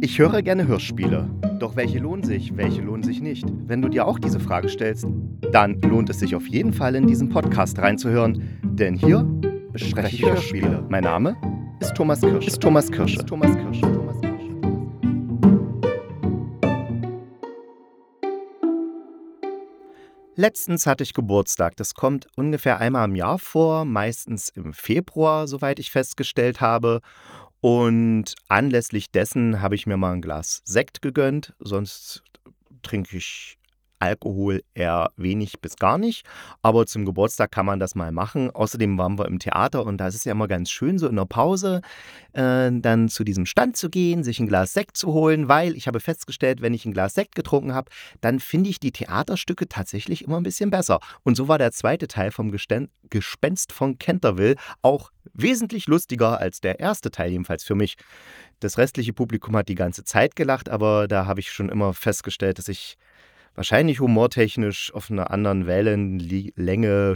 Ich höre gerne Hörspiele. Doch welche lohnen sich nicht? Wenn du dir auch diese Frage stellst, dann lohnt es sich auf jeden Fall in diesen Podcast reinzuhören, denn hier bespreche ich Hörspiele. Mein Name ist Thomas Kirsche. Letztens hatte ich Geburtstag. Das kommt ungefähr einmal im Jahr vor, meistens im Februar, soweit ich festgestellt habe. Und anlässlich dessen habe ich mir mal ein Glas Sekt gegönnt. Sonst trinke ich Alkohol eher wenig bis gar nicht. Aber zum Geburtstag kann man das mal machen. Außerdem waren wir im Theater und da ist es ja immer ganz schön, so in der Pause dann zu diesem Stand zu gehen, sich ein Glas Sekt zu holen, weil ich habe festgestellt, wenn ich ein Glas Sekt getrunken habe, dann finde ich die Theaterstücke tatsächlich immer ein bisschen besser. Und so war der zweite Teil vom Gespenst von Canterville auch wesentlich lustiger als der erste Teil, jedenfalls für mich. Das restliche Publikum hat die ganze Zeit gelacht, aber da habe ich schon immer festgestellt, dass ich wahrscheinlich humortechnisch auf einer anderen Wellenlänge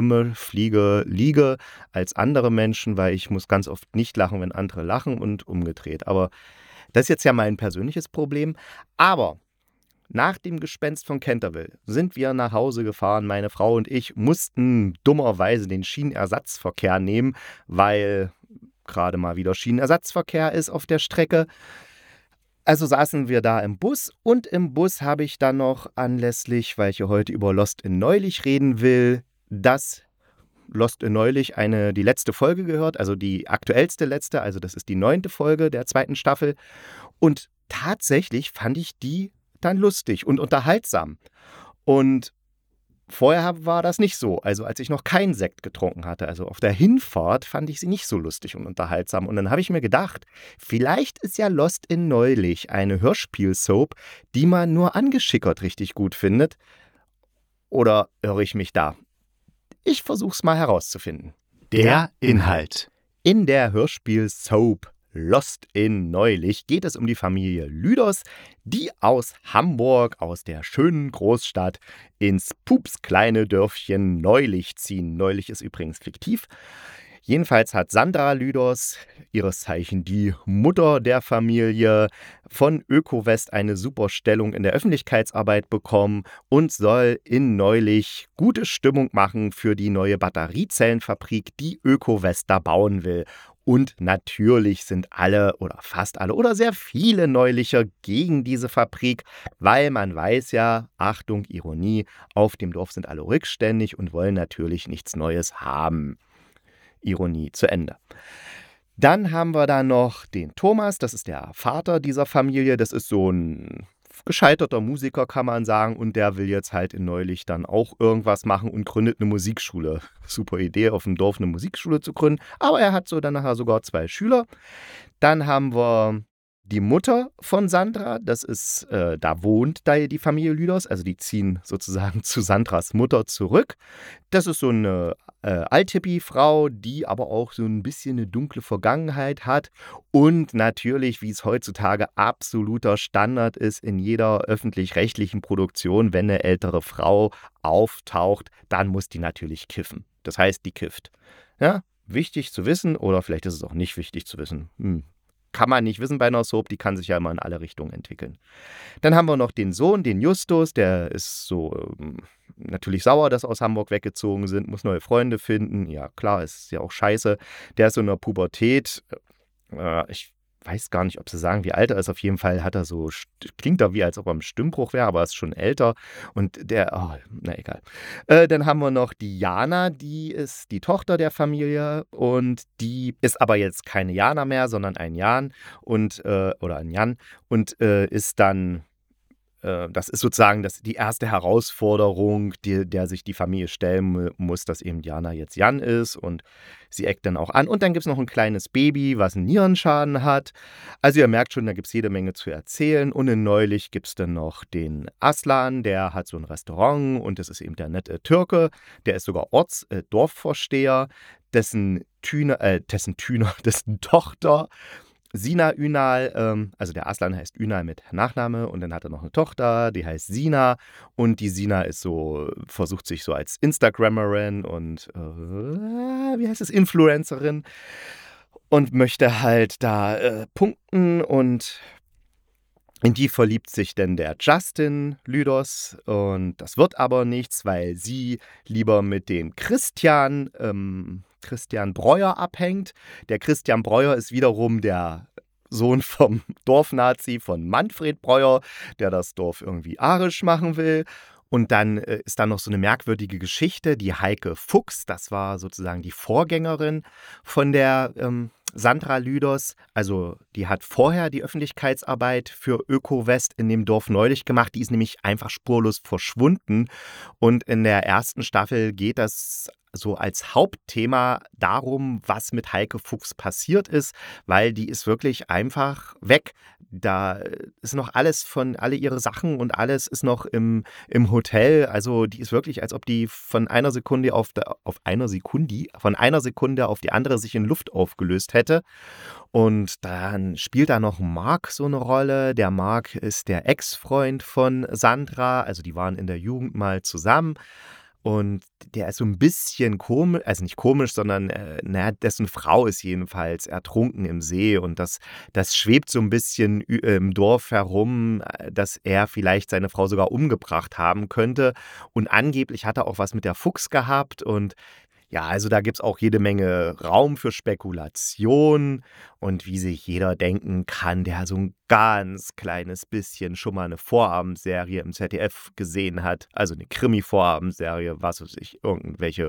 liege als andere Menschen, weil ich muss ganz oft nicht lachen, wenn andere lachen und umgedreht. Aber das ist jetzt ja mein persönliches Problem. Aber nach dem Gespenst von Canterville sind wir nach Hause gefahren. Meine Frau und ich mussten dummerweise den Schienenersatzverkehr nehmen, weil gerade mal wieder Schienenersatzverkehr ist auf der Strecke. Also saßen wir da im Bus und im Bus habe ich dann noch anlässlich, weil ich ja heute über Lost in Neulich reden will, das Lost in Neulich die letzte Folge gehört, also die aktuellste letzte, also das ist die 9. Folge der 2. Staffel. Und tatsächlich fand ich die dann lustig und unterhaltsam. Und vorher war das nicht so, also als ich noch keinen Sekt getrunken hatte. Also auf der Hinfahrt fand ich sie nicht so lustig und unterhaltsam. Und dann habe ich mir gedacht, vielleicht ist ja Lost in Neulich eine Hörspiel-Soap, die man nur angeschickert richtig gut findet. Oder irre ich mich da? Ich versuch's mal herauszufinden. Der Inhalt. In der Hörspiel-Soap Lost in Neulich geht es um die Familie Lüders, die aus Hamburg, aus der schönen Großstadt, ins pupskleine Dörfchen Neulich ziehen. Neulich ist übrigens fiktiv. Jedenfalls hat Sandra Lüders, ihres Zeichen die Mutter der Familie, von Ökowest eine super Stellung in der Öffentlichkeitsarbeit bekommen und soll in Neulich gute Stimmung machen für die neue Batteriezellenfabrik, die Ökowest da bauen will. Und natürlich sind alle oder fast alle oder sehr viele Neulicher gegen diese Fabrik, weil man weiß ja, Achtung, Ironie, auf dem Dorf sind alle rückständig und wollen natürlich nichts Neues haben. Ironie zu Ende. Dann haben wir da noch den Thomas, das ist der Vater dieser Familie, das ist so ein gescheiterter Musiker, kann man sagen, und der will jetzt halt in Neulich dann auch irgendwas machen und gründet eine Musikschule. Super Idee, auf dem Dorf eine Musikschule zu gründen, aber er hat so dann nachher sogar 2 Schüler. Dann haben wir die Mutter von Sandra, das ist, da wohnt da die Familie Lüders, also die ziehen sozusagen zu Sandras Mutter zurück. Das ist so eine Althippie-Frau, die aber auch so ein bisschen eine dunkle Vergangenheit hat und natürlich, wie es heutzutage absoluter Standard ist in jeder öffentlich-rechtlichen Produktion, wenn eine ältere Frau auftaucht, dann muss die natürlich kiffen. Das heißt, die kifft. Ja, wichtig zu wissen oder vielleicht ist es auch nicht wichtig zu wissen. Kann man nicht wissen bei einer Soap, die kann sich ja immer in alle Richtungen entwickeln. Dann haben wir noch den Sohn, den Justus, der ist so natürlich sauer, dass aus Hamburg weggezogen sind, muss neue Freunde finden. Ja, klar, ist ja auch scheiße. Der ist so in der Pubertät. Ich weiß gar nicht, ob sie sagen, wie alt er ist. Auf jeden Fall hat er so, klingt er wie, als ob er im Stimmbruch wäre, aber er ist schon älter. Und na egal. Dann haben wir noch die Jana, die ist die Tochter der Familie und die ist aber jetzt keine Jana mehr, sondern ein Jan oder ein Jan und ist dann das ist sozusagen die erste Herausforderung, der sich die Familie stellen muss, dass eben Jana jetzt Jan ist und sie eckt dann auch an. Und dann gibt es noch ein kleines Baby, was einen Nierenschaden hat. Also ihr merkt schon, da gibt es jede Menge zu erzählen. Und neulich gibt es dann noch den Aslan, der hat so ein Restaurant und das ist eben der nette Türke. Der ist sogar Dorfvorsteher, dessen Tochter Sina Ünal, also der Aslan heißt Ünal mit Nachname und dann hat er noch eine Tochter, die heißt Sina und die Sina ist so, versucht sich so als Instagrammerin und Influencerin und möchte halt da punkten und In die verliebt sich denn der Justin Lydos und das wird aber nichts, weil sie lieber mit dem Christian Breuer abhängt. Der Christian Breuer ist wiederum der Sohn vom Dorfnazi von Manfred Breuer, der das Dorf irgendwie arisch machen will. Und dann ist da noch so eine merkwürdige Geschichte, die Heike Fuchs, das war sozusagen die Vorgängerin von der Sandra Lydos. Also die hat vorher die Öffentlichkeitsarbeit für Öko-West in dem Dorf neulich gemacht. Die ist nämlich einfach spurlos verschwunden. Und in der ersten Staffel geht das so als Hauptthema darum, was mit Heike Fuchs passiert ist, weil die ist wirklich einfach weg. Da ist noch alle ihre Sachen und alles ist noch im Hotel. Also die ist wirklich, als ob die von einer Sekunde auf die andere sich in Luft aufgelöst hätte. Und dann spielt da noch Mark so eine Rolle. Der Mark ist der Ex-Freund von Sandra. Also die waren in der Jugend mal zusammen. Und der ist so ein bisschen komisch, also nicht komisch, sondern dessen Frau ist jedenfalls ertrunken im See. Und das schwebt so ein bisschen im Dorf herum, dass er vielleicht seine Frau sogar umgebracht haben könnte. Und angeblich hat er auch was mit der Fuchs gehabt. Und ja, also da gibt es auch jede Menge Raum für Spekulation. Und wie sich jeder denken kann, der so ein ganz kleines bisschen schon mal eine Vorabendserie im ZDF gesehen hat, also eine Krimi-Vorabendserie, was weiß ich, irgendwelche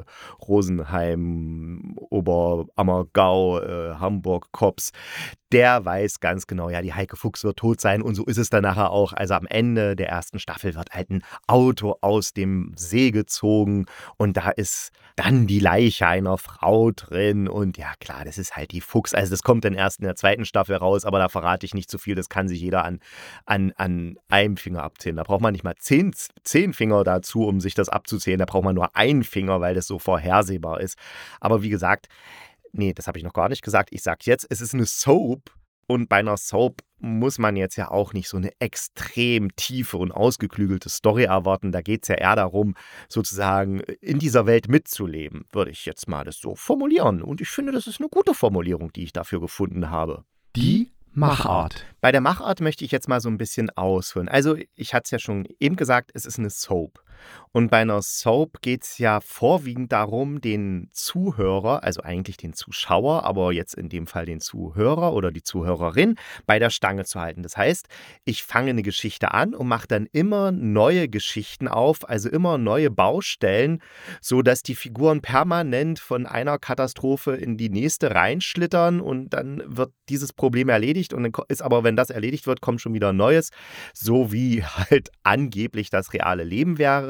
Rosenheim, Oberammergau, Hamburg-Cops, der weiß ganz genau, ja, die Heike Fuchs wird tot sein und so ist es dann nachher auch. Also am Ende der ersten Staffel wird halt ein Auto aus dem See gezogen und da ist dann die Leiche einer Frau drin und ja klar, das ist halt die Fuchs. Also das kommt dann erst in der zweiten Staffel raus, aber da verrate ich nicht zu viel, das kann sich jeder an einem Finger abzählen. Da braucht man nicht mal 10 Finger dazu, um sich das abzuzählen, da braucht man nur einen Finger, weil das so vorhersehbar ist. Aber wie gesagt, nee, das habe ich noch gar nicht gesagt. Ich sage jetzt, es ist eine Soap und bei einer Soap muss man jetzt ja auch nicht so eine extrem tiefe und ausgeklügelte Story erwarten. Da geht es ja eher darum, sozusagen in dieser Welt mitzuleben, würde ich jetzt mal das so formulieren. Und ich finde, das ist eine gute Formulierung, die ich dafür gefunden habe. Die Machart. Bei der Machart möchte ich jetzt mal so ein bisschen ausholen. Also ich hatte es ja schon eben gesagt, es ist eine Soap. Und bei einer Soap geht es ja vorwiegend darum, den Zuhörer, also eigentlich den Zuschauer, aber jetzt in dem Fall den Zuhörer oder die Zuhörerin, bei der Stange zu halten. Das heißt, ich fange eine Geschichte an und mache dann immer neue Geschichten auf, also immer neue Baustellen, sodass die Figuren permanent von einer Katastrophe in die nächste reinschlittern und dann wird dieses Problem erledigt und dann ist aber, wenn das erledigt wird, kommt schon wieder ein neues, so wie halt angeblich das reale Leben wäre.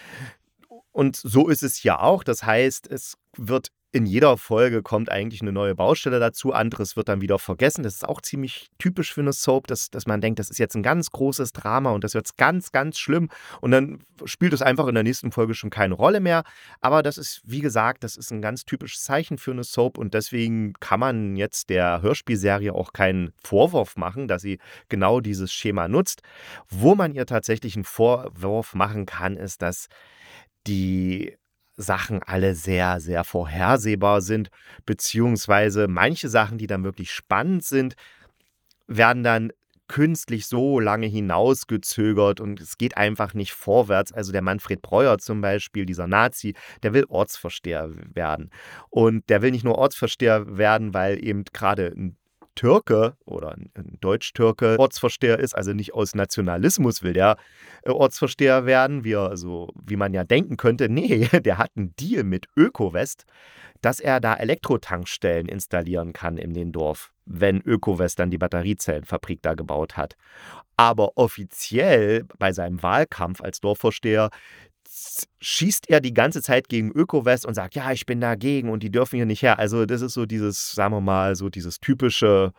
Und so ist es ja auch. Das heißt, es wird in jeder Folge kommt eigentlich eine neue Baustelle dazu. Anderes wird dann wieder vergessen. Das ist auch ziemlich typisch für eine Soap, dass man denkt, das ist jetzt ein ganz großes Drama und das wird ganz, ganz schlimm. Und dann spielt es einfach in der nächsten Folge schon keine Rolle mehr. Aber das ist, wie gesagt, das ist ein ganz typisches Zeichen für eine Soap. Und deswegen kann man jetzt der Hörspielserie auch keinen Vorwurf machen, dass sie genau dieses Schema nutzt. Wo man ihr tatsächlich einen Vorwurf machen kann, ist, dass die Sachen alle sehr, sehr vorhersehbar sind, beziehungsweise manche Sachen, die dann wirklich spannend sind, werden dann künstlich so lange hinausgezögert und es geht einfach nicht vorwärts. Also der Manfred Breuer zum Beispiel, dieser Nazi, der will Ortsvorsteher werden. Und der will nicht nur Ortsvorsteher werden, weil eben gerade ein Türke oder ein Deutsch-Türke Ortsvorsteher ist, also nicht aus Nationalismus will der Ortsvorsteher werden, wie man ja denken könnte. Nee, der hat einen Deal mit Öko-West, dass er da Elektrotankstellen installieren kann in dem Dorf, wenn Öko-West dann die Batteriezellenfabrik da gebaut hat. Aber offiziell bei seinem Wahlkampf als Dorfvorsteher schießt er die ganze Zeit gegen Öko-West und sagt, ja, ich bin dagegen und die dürfen hier nicht her. Also das ist so dieses, sagen wir mal, so dieses typische,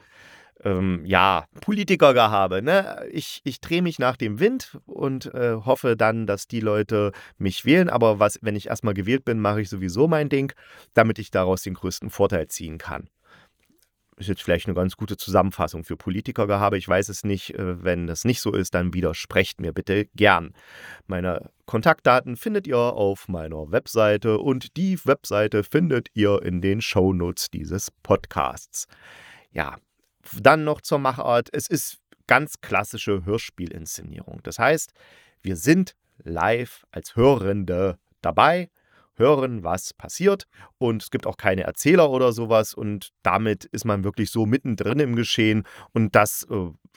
Politikergehabe. Ne? Ich drehe mich nach dem Wind und hoffe dann, dass die Leute mich wählen. Aber wenn ich erstmal gewählt bin, mache ich sowieso mein Ding, damit ich daraus den größten Vorteil ziehen kann. Ist jetzt vielleicht eine ganz gute Zusammenfassung für Politikergehabe. Ich weiß es nicht. Wenn das nicht so ist, dann widersprecht mir bitte gern. Meine Kontaktdaten findet ihr auf meiner Webseite und die Webseite findet ihr in den Shownotes dieses Podcasts. Ja, dann noch zur Machart. Es ist ganz klassische Hörspielinszenierung. Das heißt, wir sind live als Hörende dabei, hören, was passiert, und es gibt auch keine Erzähler oder sowas, und damit ist man wirklich so mittendrin im Geschehen, und das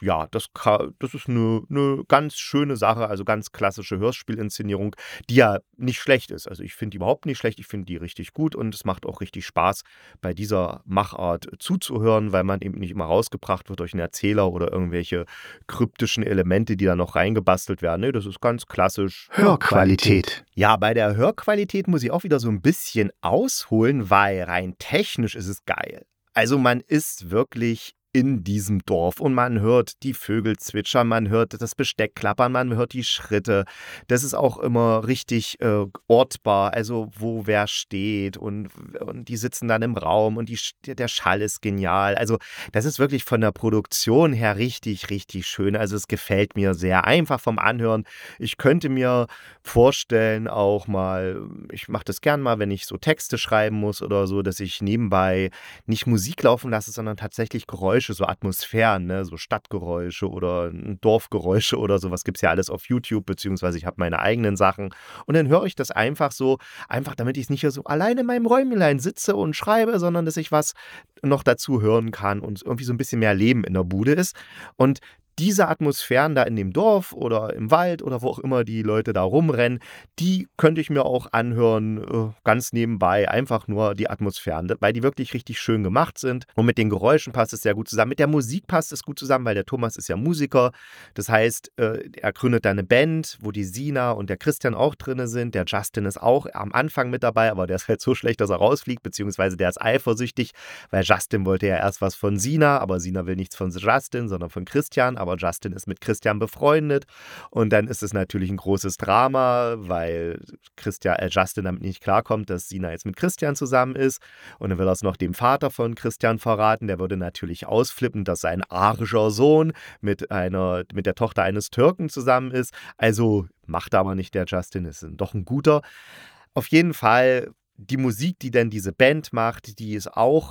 ist eine ganz schöne Sache, also ganz klassische Hörspielinszenierung, die ja nicht schlecht ist. Also ich finde die überhaupt nicht schlecht, ich finde die richtig gut, und es macht auch richtig Spaß, bei dieser Machart zuzuhören, weil man eben nicht immer rausgebracht wird durch einen Erzähler oder irgendwelche kryptischen Elemente, die da noch reingebastelt werden. Nee, das ist ganz klassisch. Hörqualität. Ja, bei der Hörqualität muss ich auch wieder so ein bisschen ausholen, weil rein technisch ist es geil. Also man ist wirklich in diesem Dorf und man hört die Vögel zwitschern, man hört das Besteck klappern, man hört die Schritte. Das ist auch immer richtig ortbar, also wo wer steht, und die sitzen dann im Raum, und der Schall ist genial. Also das ist wirklich von der Produktion her richtig, richtig schön. Also es gefällt mir sehr, einfach vom Anhören. Ich könnte mir vorstellen, auch mal, ich mache das gern mal, wenn ich so Texte schreiben muss oder so, dass ich nebenbei nicht Musik laufen lasse, sondern tatsächlich Geräusche, so Atmosphären, ne? So Stadtgeräusche oder Dorfgeräusche oder sowas gibt es ja alles auf YouTube, beziehungsweise ich habe meine eigenen Sachen. Und dann höre ich das einfach so, einfach damit ich nicht so alleine in meinem Räumlein sitze und schreibe, sondern dass ich was noch dazu hören kann und irgendwie so ein bisschen mehr Leben in der Bude ist. Und diese Atmosphären da in dem Dorf oder im Wald oder wo auch immer die Leute da rumrennen, die könnte ich mir auch anhören, ganz nebenbei, einfach nur die Atmosphären, weil die wirklich richtig schön gemacht sind. Und mit den Geräuschen passt es sehr gut zusammen. Mit der Musik passt es gut zusammen, weil der Thomas ist ja Musiker. Das heißt, er gründet da eine Band, wo die Sina und der Christian auch drin sind. Der Justin ist auch am Anfang mit dabei, aber der ist halt so schlecht, dass er rausfliegt, beziehungsweise der ist eifersüchtig, weil Justin wollte ja erst was von Sina, aber Sina will nichts von Justin, sondern von Christian. Aber Justin ist mit Christian befreundet, und dann ist es natürlich ein großes Drama, weil Justin damit nicht klarkommt, dass Sina jetzt mit Christian zusammen ist, und dann will er es noch dem Vater von Christian verraten. Der würde natürlich ausflippen, dass sein arischer Sohn mit der Tochter eines Türken zusammen ist. Also macht aber nicht der Justin, ist doch ein guter. Auf jeden Fall, die Musik, die dann diese Band macht, die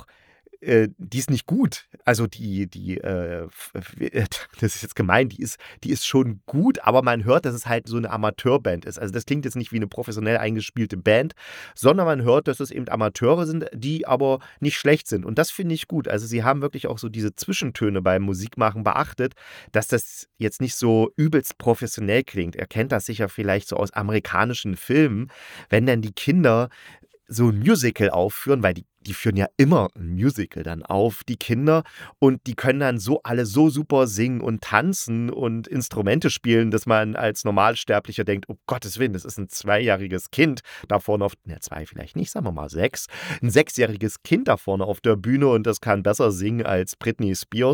ist nicht gut. Also das ist jetzt gemein, die ist schon gut, aber man hört, dass es halt so eine Amateurband ist. Also das klingt jetzt nicht wie eine professionell eingespielte Band, sondern man hört, dass es eben Amateure sind, die aber nicht schlecht sind. Und das finde ich gut. Also sie haben wirklich auch so diese Zwischentöne beim Musikmachen beachtet, dass das jetzt nicht so übelst professionell klingt. Ihr kennt das sicher vielleicht so aus amerikanischen Filmen, wenn dann die Kinder so ein Musical aufführen, weil die führen ja immer ein Musical dann auf, die Kinder, und die können dann so alle so super singen und tanzen und Instrumente spielen, dass man als Normalsterblicher denkt, um Gottes Willen, das ist ein 2-jähriges Kind da vorne zwei vielleicht nicht, sagen wir mal 6, ein 6-jähriges Kind da vorne auf der Bühne, und das kann besser singen als Whitney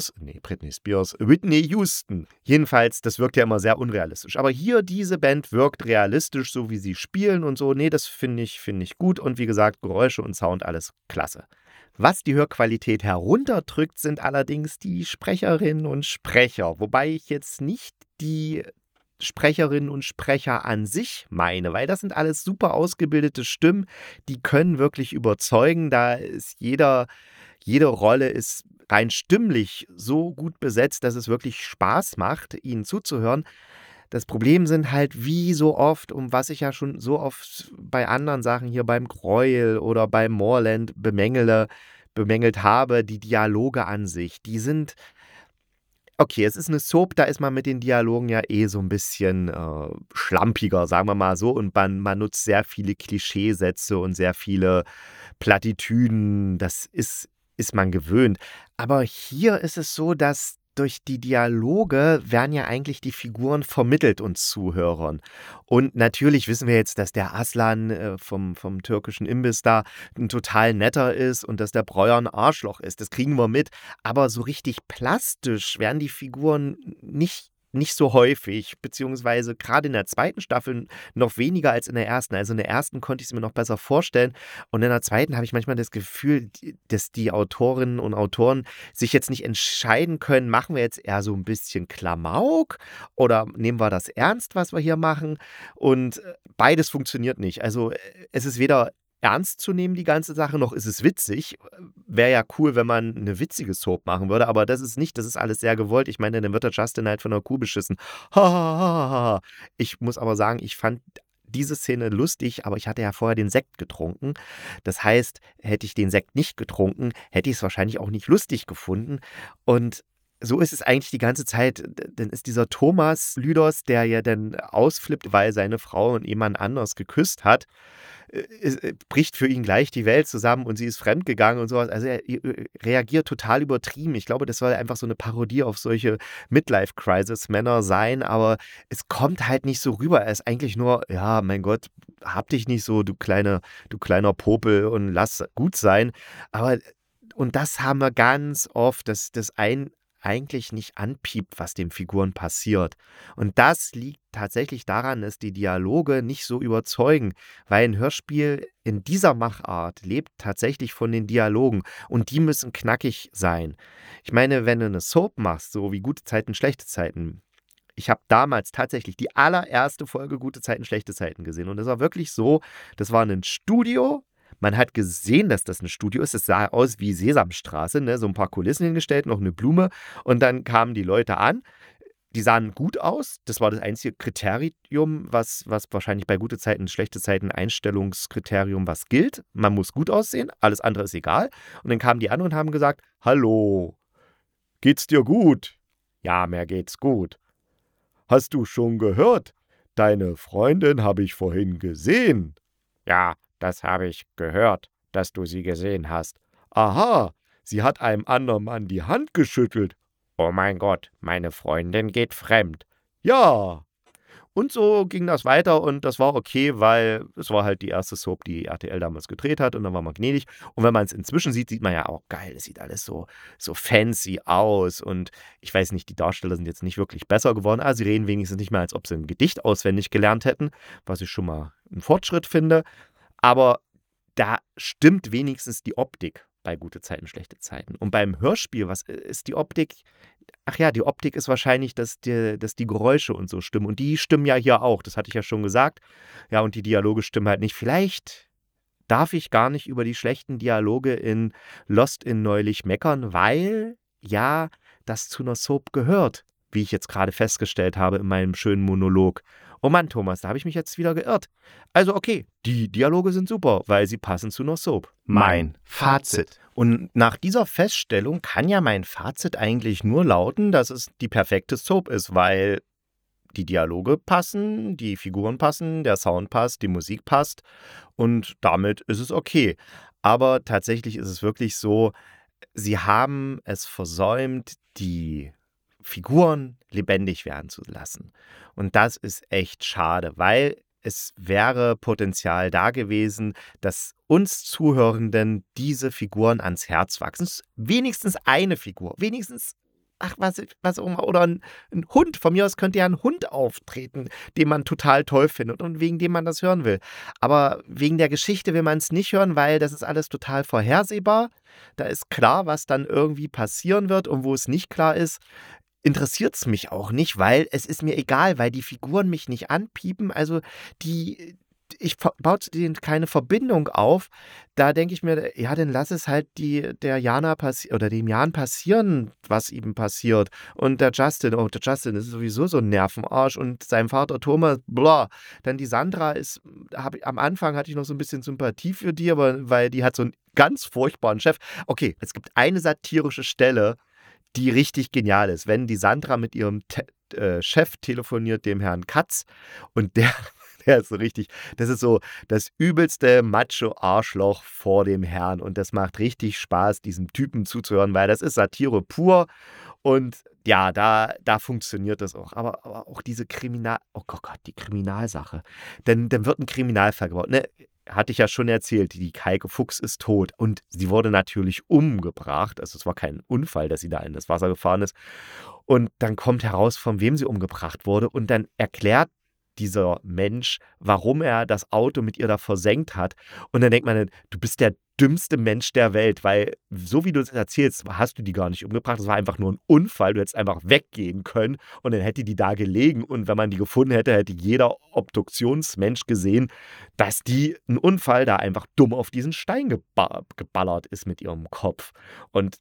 Houston. Jedenfalls, das wirkt ja immer sehr unrealistisch. Aber hier, diese Band wirkt realistisch, so wie sie spielen und so. Nee, das finde ich gut, und wie gesagt, Geräusche und Sound, alles klasse. Was die Hörqualität herunterdrückt, sind allerdings die Sprecherinnen und Sprecher, wobei ich jetzt nicht die Sprecherinnen und Sprecher an sich meine, weil das sind alles super ausgebildete Stimmen, die können wirklich überzeugen. Da ist jede Rolle ist rein stimmlich so gut besetzt, dass es wirklich Spaß macht, ihnen zuzuhören. Das Problem sind halt wie so oft, um was ich ja schon so oft bei anderen Sachen hier beim Gräuel oder beim Moorland bemängelt habe, die Dialoge an sich. Die sind, okay, es ist eine Soap, da ist man mit den Dialogen ja so ein bisschen schlampiger, sagen wir mal so, und man nutzt sehr viele Klischeesätze und sehr viele Plattitüden, das ist man gewöhnt. Aber hier ist es so, dass durch die Dialoge werden ja eigentlich die Figuren vermittelt uns Zuhörern. Und natürlich wissen wir jetzt, dass der Aslan vom türkischen Imbiss da ein total netter ist und dass der Breuer ein Arschloch ist. Das kriegen wir mit. Aber so richtig plastisch werden die Figuren nicht so häufig, beziehungsweise gerade in der zweiten Staffel noch weniger als in der ersten. Also in der ersten konnte ich es mir noch besser vorstellen, und in der zweiten habe ich manchmal das Gefühl, dass die Autorinnen und Autoren sich jetzt nicht entscheiden können, machen wir jetzt eher so ein bisschen Klamauk oder nehmen wir das ernst, was wir hier machen, und beides funktioniert nicht. Also es ist weder ernst zu nehmen, die ganze Sache, noch ist es witzig. Wäre ja cool, wenn man eine witzige Soap machen würde, aber das ist nicht, das ist alles sehr gewollt. Ich meine, dann wird der Justin halt von der Kuh beschissen. Ha, ha, ha, ha. Ich muss aber sagen, ich fand diese Szene lustig, aber ich hatte ja vorher den Sekt getrunken. Das heißt, hätte ich den Sekt nicht getrunken, hätte ich es wahrscheinlich auch nicht lustig gefunden. Und so ist es eigentlich die ganze Zeit. Dann ist dieser Thomas Lydos, der ja dann ausflippt, weil seine Frau und jemand anders geküsst hat, bricht für ihn gleich die Welt zusammen und sie ist fremdgegangen und sowas. Also er reagiert total übertrieben. Ich glaube, das soll einfach so eine Parodie auf solche Midlife-Crisis-Männer sein, aber es kommt halt nicht so rüber. Er ist eigentlich nur, ja, mein Gott, hab dich nicht so, du kleiner Popel, und lass gut sein. Aber, und das haben wir ganz oft, dass das eigentlich nicht anpiept, was den Figuren passiert. Und das liegt tatsächlich daran, dass die Dialoge nicht so überzeugen, weil ein Hörspiel in dieser Machart lebt tatsächlich von den Dialogen und die müssen knackig sein. Ich meine, wenn du eine Soap machst, so wie Gute Zeiten, Schlechte Zeiten, ich habe damals tatsächlich die allererste Folge Gute Zeiten, Schlechte Zeiten gesehen und das war wirklich so, das war ein Studio. Man hat gesehen, dass das ein Studio ist. Es sah aus wie Sesamstraße, ne? So ein paar Kulissen hingestellt, noch eine Blume. Und dann kamen die Leute an. Die sahen gut aus. Das war das einzige Kriterium, was wahrscheinlich bei gute Zeiten, schlechte Zeiten Einstellungskriterium, was gilt. Man muss gut aussehen, alles andere ist egal. Und dann kamen die an und haben gesagt, hallo, geht's dir gut? Ja, mir geht's gut. Hast du schon gehört? Deine Freundin habe ich vorhin gesehen. Ja, das habe ich gehört, dass du sie gesehen hast. Aha, sie hat einem anderen Mann die Hand geschüttelt. Oh mein Gott, meine Freundin geht fremd. Ja. Und so ging das weiter und das war okay, weil es war halt die erste Soap, die RTL damals gedreht hat und dann war man gnädig. Und wenn man es inzwischen sieht, sieht man ja auch, geil, es sieht alles so fancy aus und ich weiß nicht, die Darsteller sind jetzt nicht wirklich besser geworden, aber sie reden wenigstens nicht mehr, als ob sie ein Gedicht auswendig gelernt hätten, was ich schon mal einen Fortschritt finde. Aber da stimmt wenigstens die Optik bei Gute Zeiten, Schlechte Zeiten. Und beim Hörspiel, was ist die Optik? Ach ja, die Optik ist wahrscheinlich, dass die Geräusche und so stimmen. Und die stimmen ja hier auch, das hatte ich ja schon gesagt. Ja, und die Dialoge stimmen halt nicht. Vielleicht darf ich gar nicht über die schlechten Dialoge in Lost in neulich meckern, weil ja das zu einer Soap gehört, wie ich jetzt gerade festgestellt habe in meinem schönen Monolog. Oh Mann, Thomas, da habe ich mich jetzt wieder geirrt. Also okay, die Dialoge sind super, weil sie passen zu einer Soap. Mein Fazit. Und nach dieser Feststellung kann ja mein Fazit eigentlich nur lauten, dass es die perfekte Soap ist, weil die Dialoge passen, die Figuren passen, der Sound passt, die Musik passt und damit ist es okay. Aber tatsächlich ist es wirklich so, sie haben es versäumt, die Figuren lebendig werden zu lassen. Und das ist echt schade, weil es wäre Potenzial da gewesen, dass uns Zuhörenden diese Figuren ans Herz wachsen. Wenigstens eine Figur, wenigstens, was auch immer, oder ein Hund. Von mir aus könnte ja ein Hund auftreten, den man total toll findet und wegen dem man das hören will. Aber wegen der Geschichte will man es nicht hören, weil das ist alles total vorhersehbar. Da ist klar, was dann irgendwie passieren wird und wo es nicht klar ist, interessiert es mich auch nicht, weil es ist mir egal, weil die Figuren mich nicht anpiepen. Also ich baue zu denen keine Verbindung auf. Da denke ich mir, ja, dann lass es halt der Jana oder dem Jan passieren, was ihm passiert. Und der Justin ist sowieso so ein Nervenarsch und sein Vater Thomas, bla. Dann die Sandra am Anfang hatte ich noch so ein bisschen Sympathie für die, aber weil die hat so einen ganz furchtbaren Chef. Okay, es gibt eine satirische Stelle, die richtig genial ist, wenn die Sandra mit ihrem Chef telefoniert, dem Herrn Katz, und der ist so richtig, das ist so das übelste Macho-Arschloch vor dem Herrn und das macht richtig Spaß, diesem Typen zuzuhören, weil das ist Satire pur und ja, da funktioniert das auch, aber auch diese oh Gott, die Kriminalsache, denn dann wird ein Kriminalfall gebaut, ne? Hatte ich ja schon erzählt, die Kaike Fuchs ist tot und sie wurde natürlich umgebracht. Also es war kein Unfall, dass sie da in das Wasser gefahren ist. Und dann kommt heraus, von wem sie umgebracht wurde und dann erklärt dieser Mensch, warum er das Auto mit ihr da versenkt hat. Und dann denkt man, du bist der dümmste Mensch der Welt, weil so wie du es erzählst, hast du die gar nicht umgebracht. Das war einfach nur ein Unfall. Du hättest einfach weggehen können und dann hätte die da gelegen. Und wenn man die gefunden hätte, hätte jeder Obduktionsmensch gesehen, dass die ein Unfall da einfach dumm auf diesen Stein geballert ist mit ihrem Kopf. Und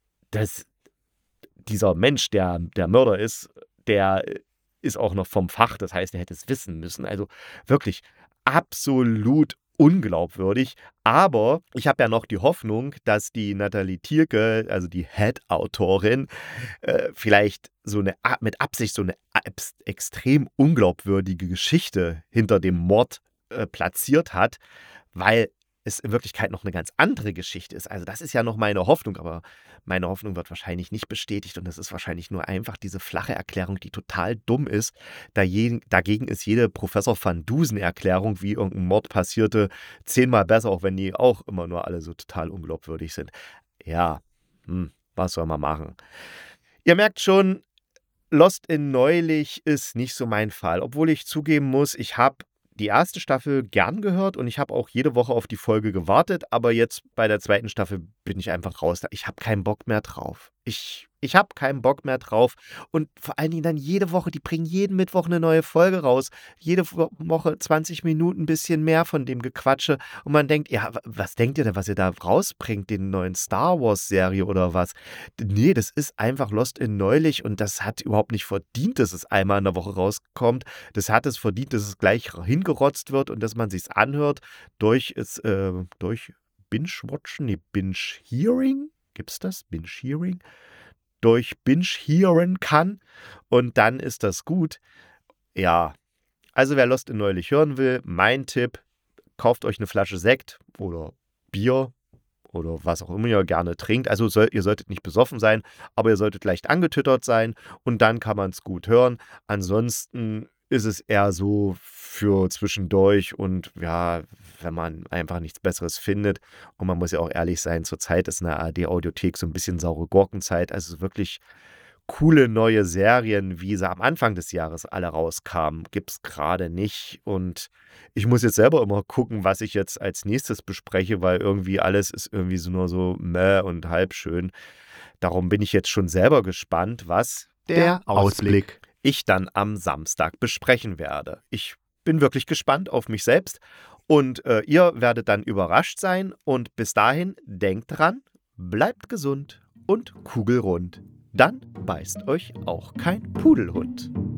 dieser Mensch, der Mörder ist, der ist auch noch vom Fach. Das heißt, er hätte es wissen müssen. Also wirklich absolut unglaubwürdig. Aber ich habe ja noch die Hoffnung, dass die Nathalie Thielke, also die Head-Autorin, vielleicht mit Absicht so eine extrem unglaubwürdige Geschichte hinter dem Mord platziert hat, weil es in Wirklichkeit noch eine ganz andere Geschichte ist. Also das ist ja noch meine Hoffnung, aber meine Hoffnung wird wahrscheinlich nicht bestätigt und das ist wahrscheinlich nur einfach diese flache Erklärung, die total dumm ist. Dagegen ist jede Professor van Dusen-Erklärung, wie irgendein Mord passierte, 10-mal besser, auch wenn die auch immer nur alle so total unglaubwürdig sind. Ja, was soll man machen? Ihr merkt schon, Lost in Neulich ist nicht so mein Fall, obwohl ich zugeben muss, ich habe die erste Staffel gern gehört und ich habe auch jede Woche auf die Folge gewartet, aber jetzt bei der zweiten Staffel bin ich einfach raus. Ich habe keinen Bock mehr drauf. Ich habe keinen Bock mehr drauf und vor allen Dingen dann jede Woche, die bringen jeden Mittwoch eine neue Folge raus. Jede Woche 20 Minuten, ein bisschen mehr von dem Gequatsche und man denkt, ja, was denkt ihr denn, was ihr da rausbringt, den neuen Star Wars Serie oder was? Nee, das ist einfach Lost in Neulich und das hat überhaupt nicht verdient, dass es einmal in der Woche rauskommt. Das hat es verdient, dass es gleich hingerotzt wird und dass man sich's anhört durch Binge-Watchen, nee, Binge-Hearing, gibt's das? Binge-Hearing? Durch Binge-Hearen kann und dann ist das gut. Ja, also wer Lost in Neulich hören will, mein Tipp, kauft euch eine Flasche Sekt oder Bier oder was auch immer ihr gerne trinkt. Also ihr solltet nicht besoffen sein, aber ihr solltet leicht angetüttert sein und dann kann man es gut hören. Ansonsten ist es eher so für zwischendurch und ja, wenn man einfach nichts Besseres findet. Und man muss ja auch ehrlich sein, zurzeit ist in der ARD-Audiothek so ein bisschen saure Gurkenzeit. Also wirklich coole neue Serien, wie sie am Anfang des Jahres alle rauskamen, gibt es gerade nicht. Und ich muss jetzt selber immer gucken, was ich jetzt als nächstes bespreche, weil irgendwie alles ist irgendwie so nur so mäh und halb schön. Darum bin ich jetzt schon selber gespannt, was Der Ausblick. ich dann am Samstag besprechen werde. Ich bin wirklich gespannt auf mich selbst und ihr werdet dann überrascht sein. Und bis dahin, denkt dran, bleibt gesund und kugelrund. Dann beißt euch auch kein Pudelhund.